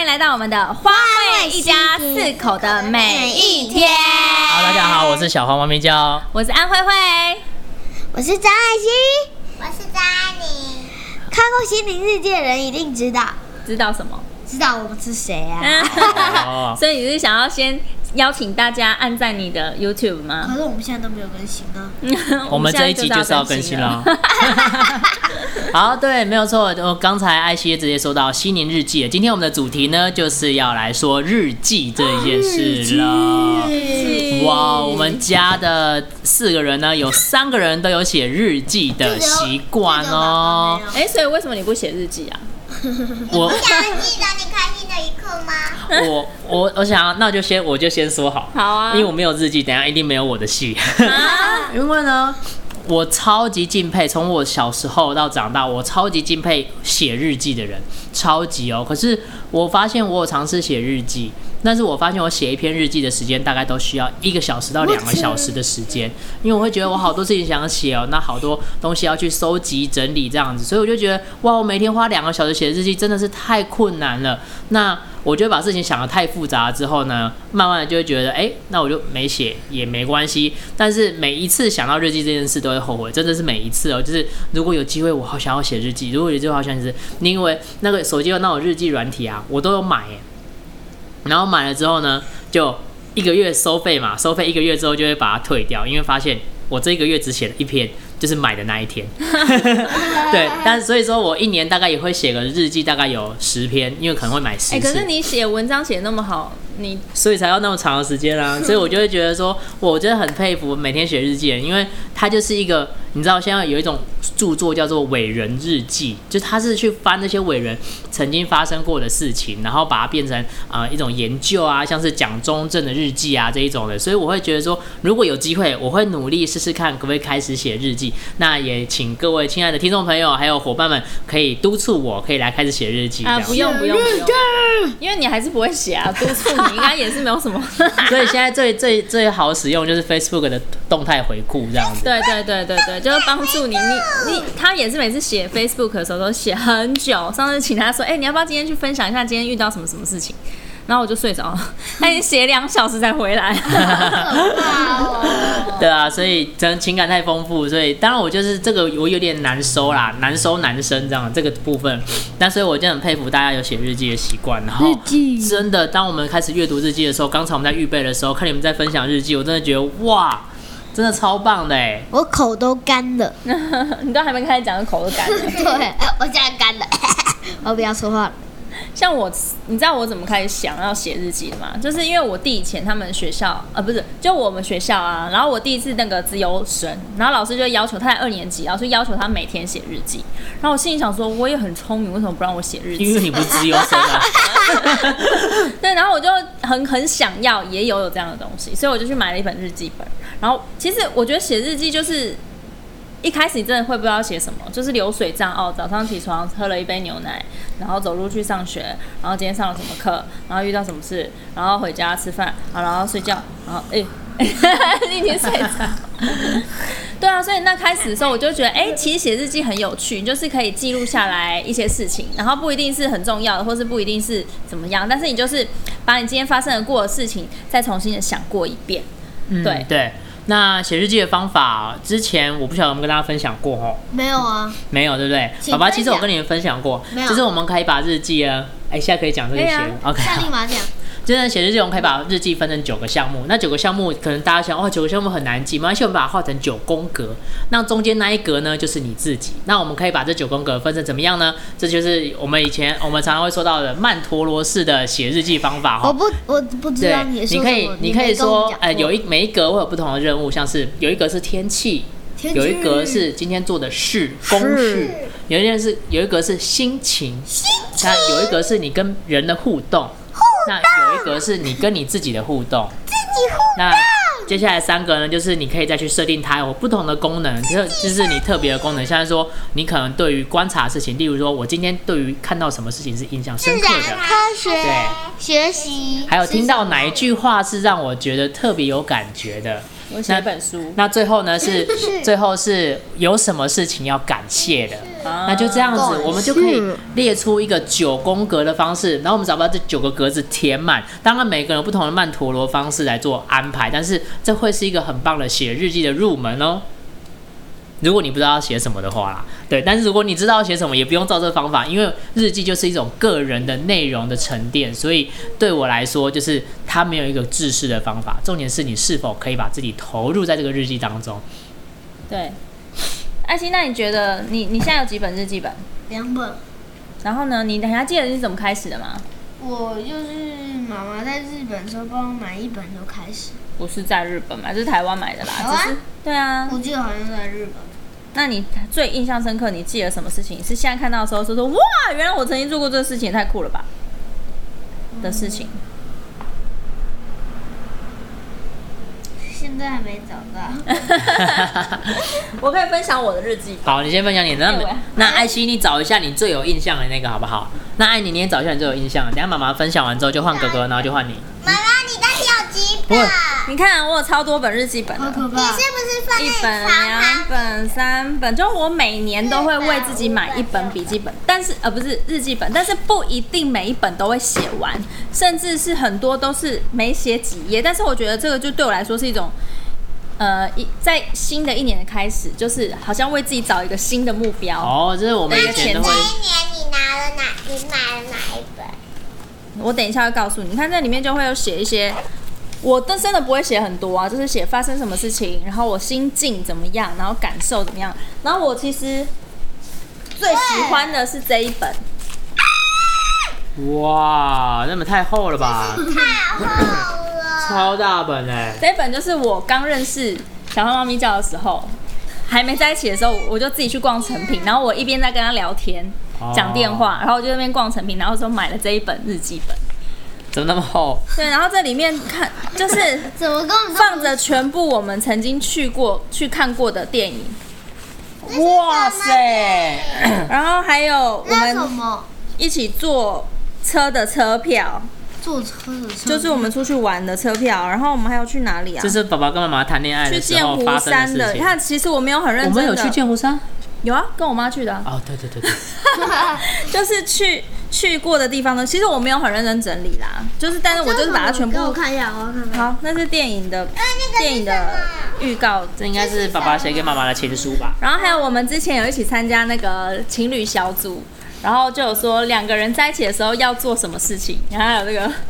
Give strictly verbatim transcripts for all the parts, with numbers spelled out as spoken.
迎来到我们的花卉一家四口的每一天。 好，大家好，我是小黄猫咪叫， 我是安慧慧， 我是张爱欣， 我是张安妮。 看过《心灵日记》的人一定知道， 知道什么？ 知道我们是谁啊？ 哦、 所以你是想要先邀请大家按赞你的 YouTube 吗？ 可是我们现在都没有更新啊。 我们这一集就是要更新了。好，对，没有错。我刚才艾希也直接说到新年日记了。今天我们的主题呢，就是要来说日记这一件事了。哇，我们家的四个人呢，有三个人都有写日记的习惯哦。 哎，所以为什么你不写日记啊？ 我不想记得你开心的一刻吗？ 我我我想，那就先我就先说好。 好啊， 因为我没有日记，等一下一定没有我的戏。 啊、 因为呢。我超级敬佩，从我小时候到长大，我超级敬佩写日记的人，超级哦。可是我发现我有尝试写日记，但是我发现我写一篇日记的时间大概都需要一个小时到两个小时的时间，因为我会觉得我好多事情想写哦，那好多东西要去收集整理这样子，所以我就觉得哇，我每天花两个小时写日记真的是太困难了。那我就会把事情想得太复杂之后呢，慢慢的就会觉得，哎、欸，那我就没写也没关系。但是每一次想到日记这件事都会后悔，真的是每一次哦。就是如果有机会，我好想要写日记；如果有机会，好想写，因为那个手机有那种日记软体啊，我都有买耶。然后买了之后呢，就一个月收费嘛，收费一个月之后就会把它退掉，因为发现我这一个月只写了一篇。就是买的那一天，对，但所以说我一年大概也会写个日记，大概有十篇，因为可能会买十次。 哎、欸，可是你写文章写那么好，你所以才要那么长的时间啊，所以我就会觉得说，我真的很佩服每天写日记的人，因为他就是一个，你知道现在有一种著作叫做伟人日记，就是他是去翻那些伟人曾经发生过的事情，然后把它变成呃一种研究啊，像是蒋中正的日记啊这一种的，所以我会觉得说，如果有机会，我会努力试试看，可不可以开始写日记。那也请各位亲爱的听众朋友还有伙伴们，可以督促我，可以来开始写日记。 啊，不用不用不用，因为你还是不会写啊，督促你应该也是没有什么。 所以现在最最最好使用就是 Facebook 的动态回顾这样子。 对对对对对，就是帮助你，你你他也是每次写 Facebook 的时候都写很久。上次请他说，哎、欸，你要不要今天去分享一下今天遇到什么什么事情？然后我就睡着了，他已经写两小时才回来。 对啊，所以真情感太丰富，所以当然我就是这个我有点难收啦，难收难生这样这个部分。但所以我真的很佩服大家有写日记的习惯。然后真的，当我们开始阅读日记的时候，刚才我们在预备的时候，看你们在分享日记，我真的觉得哇，真的超棒的哎！ 我口都干了， 你都还没开始讲，口都干了。 对，我现在干了，我不要说话了。 像我，你知道我怎么开始想要写日记的吗？就是因为我弟以前他们学校，呃，不是，就我们学校啊。然后我第一次那个资优生，然后老师就要求他在二年级，老师要求他每天写日记。然后我心里想说，我也很聪明，为什么不让我写日记？ 因为你不是资优生啊。 对，然后我就很很想要，也有有这样的东西，所以我就去买了一本日记本。然后其实我觉得写日记就是。一开始你真的会不知道写什么，就是流水账哦。早上起床喝了一杯牛奶，然后走路去上学，然后今天上了什么课，然后遇到什么事，然后回家吃饭，然后睡觉，然后哎，一天睡着。对啊，所以那开始的时候我就觉得，哎、欸，其实写日记很有趣，就是可以记录下来一些事情，然后不一定是很重要的，或是不一定是怎么样，但是你就是把你今天发生的过的事情再重新的想过一遍。 嗯、对对。那写日记的方法，之前我不晓得有没有跟大家分享过哦？ 没有啊， 没有，对不对？爸爸，其实我跟你们分享过，就是我们可以把日记啊，哎，现在可以讲这个写、啊、，OK， 下立马讲。 就是写日记，我们可以把日记分成九个项目。那九个项目可能大家想，哇，九个项目很难记，没关系，我们把它画成九宫格。那中间那一格呢，就是你自己。那我们可以把这九宫格分成怎么样呢？这就是我们以前我们常常会说到的曼陀罗式的写日记方法。 我不，我不知道你说什么。 你可以，你可以说，呃，有一每一格会有不同的任务，像是有一格是天气，有一格是今天做的事公事，有一件是有一格是心情， 心情，那有一格是你跟人的互动。那有一格是你跟你自己的互动， 自己互动。 那接下来三个呢，就是你可以再去设定它有不同的功能，就就是你特别的功能，像是说你可能对于观察事情，例如说我今天对于看到什么事情是印象深刻的， 科学， 对， 学习， 还有听到哪一句话是让我觉得特别有感觉的。 我写一本书。 那最后呢是最后是有什么事情要感谢的。 啊那就这样子， 对我们就可以是列出一个九宫格的方式，然后我们只要把这九个格子填满。当然，每个人有不同的曼陀罗方式来做安排，但是这会是一个很棒的写日记的入门哦。如果你不知道要写什么的话啦，对，但是如果你知道要写什么，也不用照这个方法，因为日记就是一种个人的内容的沉淀，所以对我来说，就是它没有一个制式的方法，重点是你是否可以把自己投入在这个日记当中。 对，艾希，那你觉得你你现在有几本日记本？ 两本。 然后呢，你你还记得你是怎么开始的吗？ 我就是妈妈在日本的时候帮我买一本就开始。 不是在日本买，这是台湾买的啦。 台湾只是对啊。 我记得好像在日本。 那你最印象深刻，你记得什么事情？是现在看到的时候说说哇，原来我曾经做过这个事情，也太酷了吧的事情。 现在还没找到。 我可以分享我的日记本。 好，你先分享你的。那那艾希，你找一下你最有印象的那个好不好？那艾妮，你也找一下你最有印象的。等一下妈妈分享完之后就换哥哥，然后就换你。 妈妈，你到底有几本？ 你看我有超多本日记本的， 好可怕！ 你是不是放一本、 在床两旁？ 本、三本，就我每年都会为自己买一本笔记本，但是呃不是日记本，但是不一定每一本都会写完，甚至是很多都是没写几页。但是我觉得这个就对我来说是一种，呃，一在新的一年的开始，就是好像为自己找一个新的目标。 哦，这是我们以前都会这一年你拿了哪？你买了哪一本？ 我等一下会告诉你，你看这里面就会有写一些。我真的不会写很多啊，就是写发生什么事情，然后我心境怎么样，然后感受怎么样。然后我其实最喜欢的是这一本， 哇，那本太厚了吧？ 太厚了。 超大本哎！ 这一本就是我刚认识小花猫咪叫的时候，还没在一起的时候，我就自己去逛成品，然后我一边在跟他聊天、讲电话，然后我就在那边逛成品，然后说买了这一本日记本。 怎么那么厚？ 对，然后这里面看就是怎么跟我放着全部我们曾经去过、去看过的电影， 哇塞！ 然后还有我那什们么一起坐车的车票， 坐车的车？ 就是我们出去玩的车票。然后我们还有去哪里啊？ 这是爸爸跟妈妈谈恋爱去的时剑湖候发生山的。 的事情。 你看，其实我没有很认真的。 我们有去剑湖山？ 有啊，跟我妈去的、啊。 哦，对对对对。 就是去去过的地方呢，其实我没有很认真整理啦，就是但是我就是把它全部。 给我看一下，我要看看。 好，那是电影的电影的预告。 这应该是爸爸写给妈妈的情书吧？ 然后还有我们之前有一起参加那个情侣小组，然后就有说两个人在一起的时候要做什么事情，然后还有这个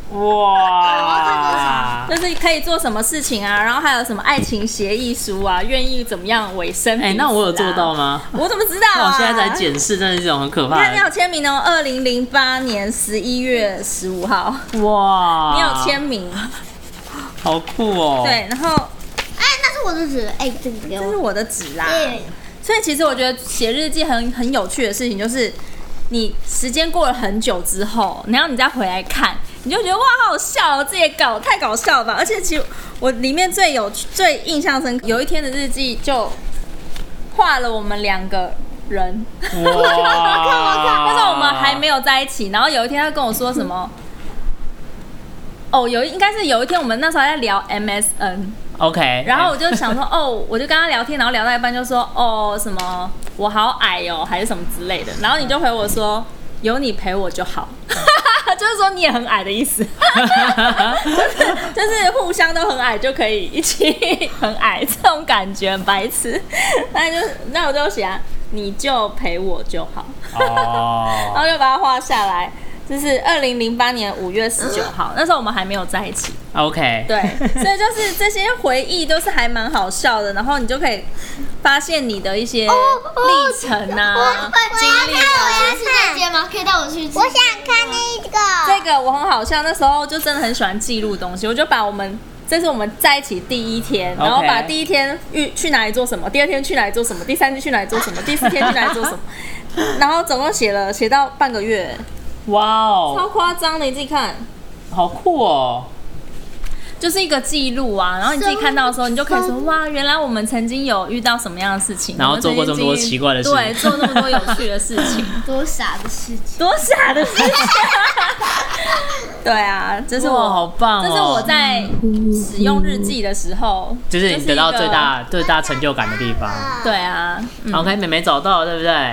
哇， 就是可以做什么事情啊，然后还有什么爱情协议书啊，愿意怎么样委身彼此啊。 哎，那我有做到吗？ 我怎么知道啊？ 那我现在在检视，真的是一种很可怕的。 你看你有签名哦，二零零八年十一月十五号， 哇， 你有签名， 好酷哦。 对，然后哎，那是我的纸，哎，这个给我。 这是我的纸啦。 对所以其实我觉得写日记很很有趣的事情，就是你时间过了很久之后，然后你再回来看，你就觉得哇，好好笑哦，这也搞太搞笑了吧！而且其实我里面最有最印象深刻，有一天的日记就画了我们两个人， 哇， 但是我们还没有在一起。然后有一天他跟我说什么？哦，有应该是有一天我们那时候在聊 M S N。OK， 然后我就想说，哦，我就跟他聊天，然后聊到一半就说，哦，什么我好矮哦，还是什么之类的。然后你就回我说，有你陪我就好，就是说你也很矮的意思，就是就是互相都很矮就可以一起很矮，这种感觉很白痴。那就那我就写、啊，你就陪我就好， 哦， 然后就把它画下来。这是二零零八年五月十九号，那时候我们还没有在一起。 OK， 对，所以就是这些回忆都是还蛮好笑的，然后你就可以发现你的一些历程啊、经历啊。 去再见吗？可以带我去吃。 我想看那个。 这个我很好笑，那时候就真的很喜欢记录东西，我就把我们。这是我们在一起第一天，然后把第一天去去哪里做什么，第二天去哪里做什么，第三天去哪里做什么，第四天去哪里做什么，然后总共写了写到半个月。 哇哦， 超夸张的，你自己看， 好酷哦！ 就是一个记录啊，然后你自己看到的时候，你就可以说哇，原来我们曾经有遇到什么样的事情， 然后做过这么多奇怪的事， 对，做那么多有趣的事情， 多傻的事情， 多傻的事情。对啊，这是我好棒哦！ 这是我在使用日记的时候， 就是你得到最大最大成就感的地方。 对啊、 嗯、，OK， 妹妹找到了，对不对？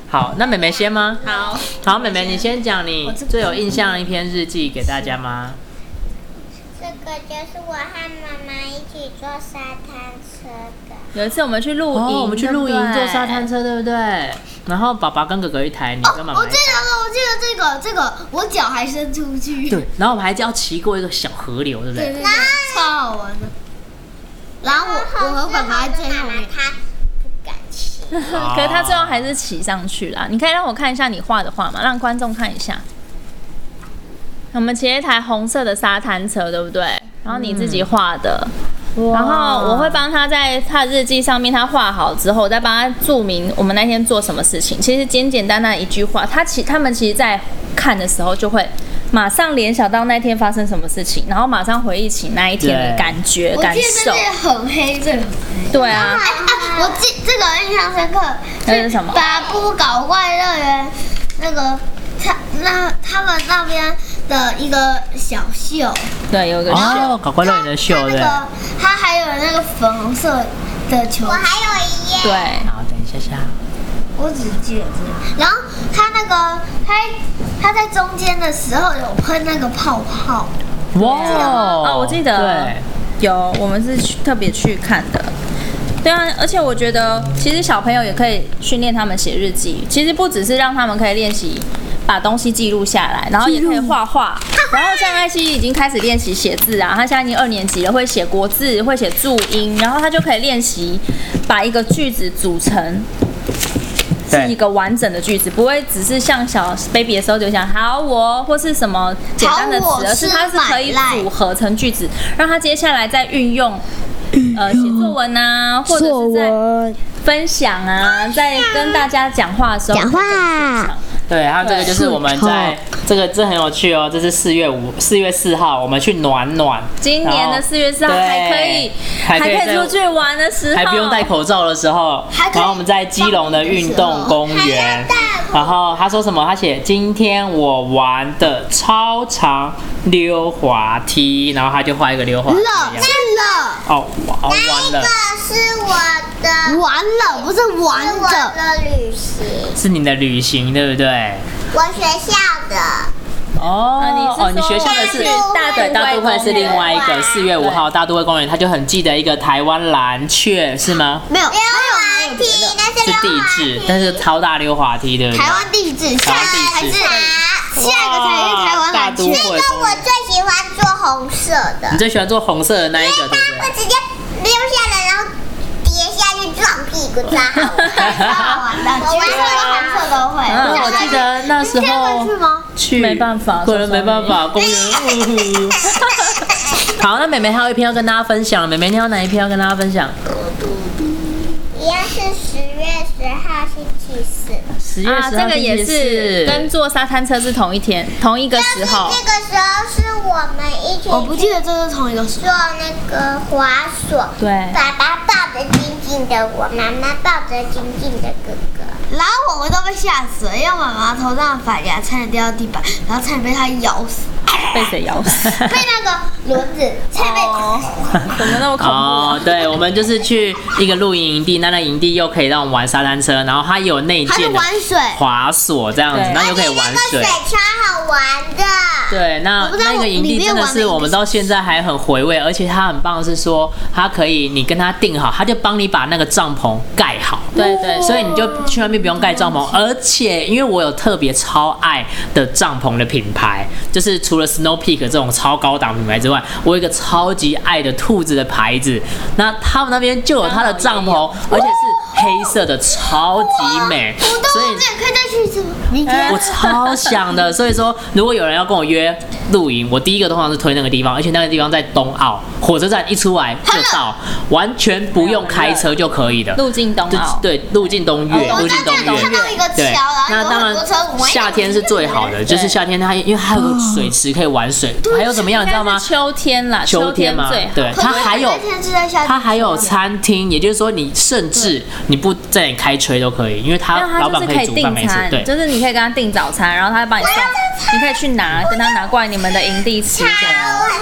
好，那妹妹先吗？ 好， 好，妹妹你先讲你最有印象的一篇日记给大家吗？ 这个就是我和妈妈一起坐沙滩车的。 有一次我们去露营， 哦，我们去露营对不对坐沙滩车，对不对？然后爸爸跟哥哥一台，你跟妈妈我记一台。 得了，我记得这个这个，我脚还伸出去。 对，然后我们还要骑过一个小河流，对不对？ 对对对，超好玩的。然后我我和爸爸在最后面。 他不敢骑。 可是他最后还是骑上去啦。你可以让我看一下你画的画吗？让观众看一下。我们骑了一台红色的沙滩车，对不对？然后你自己画的。然后我会帮他在他的日记上面，他画好之后，我再帮他注明我们那天做什么事情。其实简简单单的一句话，他其他们其实在看的时候就会马上联想到那天发生什么事情，然后马上回忆起那一天的感觉、感我记得受。 这里很黑，这里很黑。 对啊， 哎啊！我记这个印象深刻， 那是什么巴布搞怪乐园那个他那他们那边的一个小秀， 对，有一个秀。 哦，搞怪乐园的秀，对。 它那个它还有那个粉红色的球我，还有一页。 对， 好，等一下下。 我只记得这个。然后它那个它它在中间的时候有喷那个泡泡， 哇哦，我记得对， 有，我们是去特别去看的。对啊，而且我觉得其实小朋友也可以训练他们写日记，其实不只是让他们可以练习把东西记录下来，然后也可以画画。然后像艾希已经开始练习写字啊，他现在已经二年级了，会写国字，会写注音，然后他就可以练习把一个句子组成是一个完整的句子，不会只是像小 baby 的时候就想好我或是什么简单的词，而是它是可以组合成句子，让他接下来再运用。呃，写作文啊，或者是在分享啊，在跟大家讲话的时候， 讲话。 对，还有这个就是我们在这个这很有趣哦，这是四月五四月四号，我们去暖暖。 今年的四月四号还可以还可以出去玩的时候， 还不用戴口罩的时候，然后我们在基隆的运动公园，然后他说什么？他写今天我玩的超长溜滑梯，然后他就画一个溜滑梯的样子。 了， 哦，玩那完了个，是我的， 完了，不是玩是我着。 的旅行， 是你的旅行，对不对？ 我学校的。 哦啊你是哦，你学校的是大对大都会是另外一个对四月五号大都会公园，他就很记得一个台湾蓝雀是吗？ 没有， 溜滑梯，那是是地溜滑梯，， 质但是超大溜滑梯，对不对？ 台湾地质，下台湾地质一个才是下一个才是台湾蓝雀。 大都会那个我最喜欢做红色的你，最喜欢做红色的那一个，对不对？ 会直接溜下来，然后跌下去撞屁股，超好玩。 超好玩的，橘色跟红色都会。 嗯，我记得那时你今天候会去吗？ 去没办法个人没办法，公园。呜呼好，那妹妹还有一篇要跟大家分享，妹妹你有哪一篇要跟大家分享？ 一样是十月十号星期四。 十月啊， 十号这个也星期是四跟坐沙滩车是同一天，同一个时候。 但是这个时候是我们一起我不记得这是同一个时做那个滑索， 对爸爸抱着紧紧的我，妈妈抱着紧紧的哥哥。 然后我们都被吓死了，因为妈妈头上的发夹差点掉到地板，然后差点被它咬死， 被谁咬死？ 被那个轮子差点被。 哦，怎么那么恐怖啊？ 哦，对，我们就是去一个露营营地，那那营地又可以让我们玩沙滩车，然后它有内还建的是玩水， 滑索这样子对， 那又可以玩水那个水。超好玩的。 对，那我不知道那个营地真的是我们到现在还很回味，而且它很棒的是说，它可以你跟他定好，他就帮你把那个帐篷盖好。 对对， 所以你就去外面不用盖帐篷，而且因为我有特别超爱的帐篷的品牌，就是除了 Snow Peak 这种超高档品牌之外，我有一个超级爱的兔子的牌子，那他们那边就有它的帐篷，而且是黑色的，超级美，所以这可以再去一次吗？明天我超想的。所以说，如果有人要跟我约露营，我第一个通常是推那个地方，而且那个地方在东澳火车站一出来就到，完全不用开车就可以的。 路径东澳。 对，路径东岳， 我路径东在这里看到一岳。 个桥， 对， 然后有那当然很多车，我们夏天是最好的，就是夏天它因为它有个水池可以玩水，还有怎么样，你知道吗？ 秋天啦， 秋天吗最好。 对，它还有那天是在夏天， 它还有餐厅，也就是说你甚至你不在你开吹都可以，因为它因为它老板可以就是可以订煮饭没事。 餐， 对， 就是你可以跟他订早餐，然后他会帮你送，你可以去拿，跟他拿过来你们的营地吃。这样超好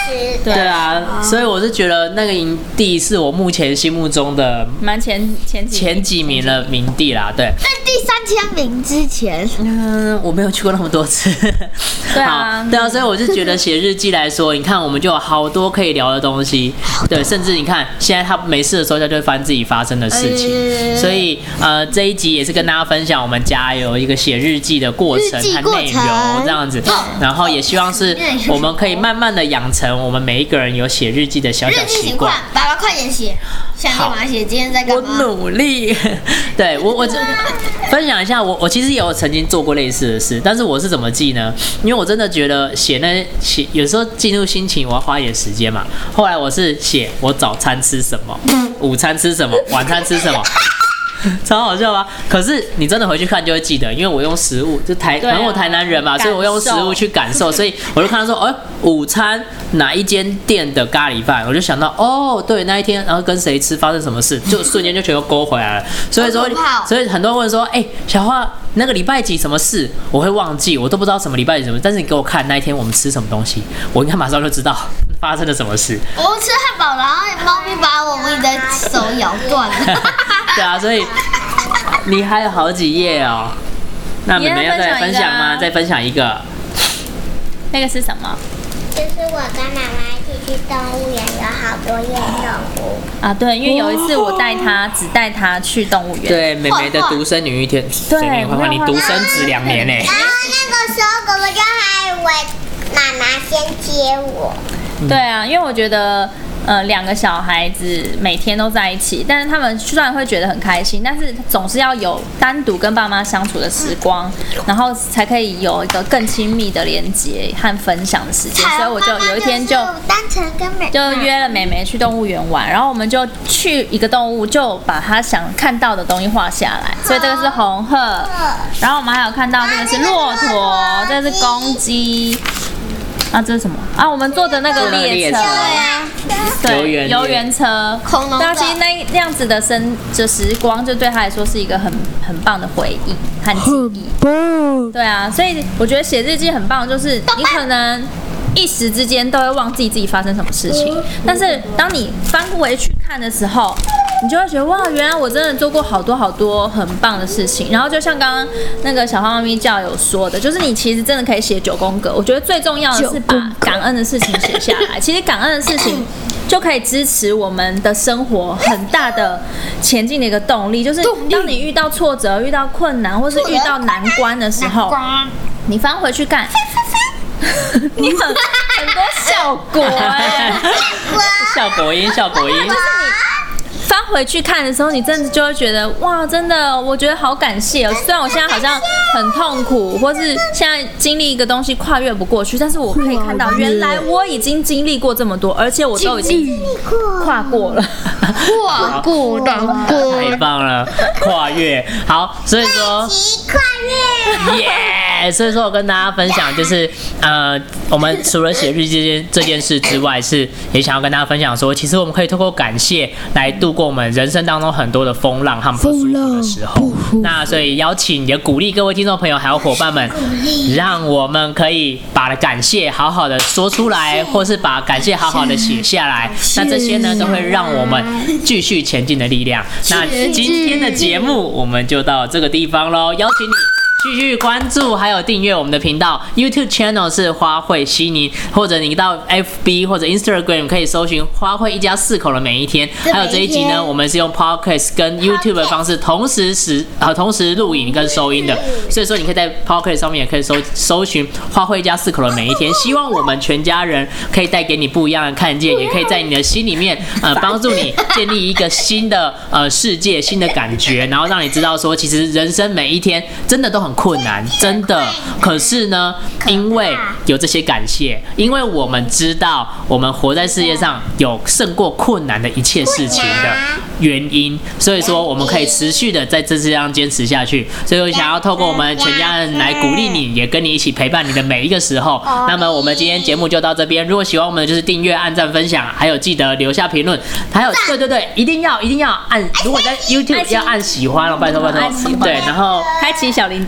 吃。 对啊，所以我是觉得那个营地是我目前心目中的蛮前前几前几名的营地啦。对， 在第三千名之前， 嗯，我没有去过那么多次。 对啊， 好对啊，所以我就觉得写日记来说，你看我们就有好多可以聊的东西。对，甚至你看现在他没事的时候，他就会翻自己发生的事情。 嗯、 所以呃，这一集也是跟大家分享我们家有一个写日记的过程和内容这样子，然后也希望是我们可以慢慢的养成我们每一个人有写日记的小小习惯。 爸爸快点写，想立马写，今天在干嘛？ 我努力。对我我分享一下，我我其实也有曾经做过类似的事，但是我是怎么记呢？因为我真的觉得写那写有时候进入心情，我要花一点时间嘛。后来我是写我早餐吃什么，午餐吃什么，晚餐吃什么。超好笑吧？可是你真的回去看就会记得，因为我用食物，就台，可能我台南人嘛，所以我用食物去感受，所以我就看到说，哎，午餐哪一间店的咖喱饭，我就想到，哦，对，那一天，然后跟谁吃，发生什么事，就瞬间就全都勾回来了。所以说，所以很多人问说，哎，小花那个礼拜几什么事，我会忘记，我都不知道什么礼拜几什么，但是你给我看那一天我们吃什么东西，我应该马上就知道发生了什么事。 我吃汉堡，然后猫咪把我们的手咬断了。 对啊，所以你还有好几页哦。那妹妹要再分享吗？再分享一个。 那个是什么？ 就是我跟妈妈一起去动物园，有好多野动物啊。对，因为有一次我带她，只带她去动物园。 对，妹妹的独生女一天。 对， 画画，你独生子两年呢。 然后那个时候哥哥就还以为妈妈先接我。 对啊，因为我觉得。呃，两个小孩子每天都在一起，但是他们虽然会觉得很开心，但是总是要有单独跟爸妈相处的时光，然后才可以有一个更亲密的连结和分享的时间。所以我就有一天就就约了妹妹去动物园玩，然后我们就去一个动物，就把她想看到的东西画下来。所以这个是红鹤，然后我们还有看到这个是骆驼，这个是公鸡。啊，这是什么啊？我们坐的那个列车，对，游园车， 恐龙。 对啊，其实那那样子的生的时光，就对他来说是一个很很棒的回忆和记忆。对啊，所以我觉得写日记很棒，就是你可能一时之间都会忘记自己发生什么事情，但是当你翻回去看的时候，你就会觉得哇，原来我真的做过好多好多很棒的事情。然后就像刚刚那个小花猫咪教有说的，就是你其实真的可以写九宫格。我觉得最重要的是把感恩的事情写下来。其实感恩的事情就可以支持我们的生活很大的前进的一个动力。就是当你遇到挫折、遇到困难或是遇到难关的时候，你翻回去看。你很很多效果哎、欸， 效果音，效果音。就是你翻回去看的时候，你真的就会觉得哇，真的，我觉得好感谢哦。虽然我现在好像很痛苦，或是现在经历一个东西跨越不过去，但是我可以看到，原来我已经经历过这么多，而且我都已经跨过了， 跨过难过， 太棒了，跨越好，所以说跨越， 耶、yeah! 所以说我跟大家分享，就是呃，我们除了写日记这件这件事之外，是也想要跟大家分享说，其实我们可以透过感谢来度过我们人生当中很多的风浪和不舒服的时候。那所以邀请也鼓励各位听众朋友还有伙伴们，让我们可以把感谢好好的说出来，或是把感谢好好的写下来。那这些呢，都会让我们继续前进的力量。那今天的节目我们就到这个地方咯，邀请你继续关注，还有订阅我们的频道 ，YouTube channel 是花卉西尼，或者你到 F B 或者 Instagram 可以搜寻花卉一家四口的每一天。还有这一集呢，我们是用 Podcast 跟 YouTube 的方式同时时啊同时录影跟收音的，所以说你可以在 Podcast 上面也可以搜搜寻花卉一家四口的每一天。希望我们全家人可以带给你不一样的看见，也可以在你的心里面呃帮助你建立一个新的呃世界、新的感觉，然后让你知道说，其实人生每一天真的都很困难，真的。可是呢，因为有这些感谢，因为我们知道我们活在世界上有胜过困难的一切事情的原因，所以说我们可以持续的在这世界上坚持下去。所以我想要透过我们全家人来鼓励你，也跟你一起陪伴你的每一个时候。那么我们今天节目就到这边。如果喜欢我们的，就是订阅、按赞、分享，还有记得留下评论。还有，对对对，一定要一定要按，如果在 YouTube 要按喜欢了，拜托拜托。对，然后开启小铃铛。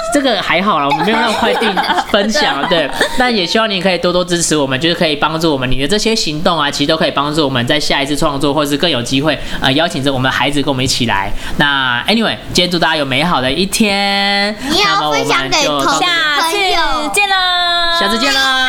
这个还好啦，我们没有让快递分享，对。那也希望你可以多多支持我们，就是可以帮助我们，你的这些行动啊，其实都可以帮助我们在下一次创作，或是更有机会呃邀请着我们的孩子跟我们一起来。那 anyway， 今天祝大家有美好的一天。 你要分享给同下次见喽， 下次见啦。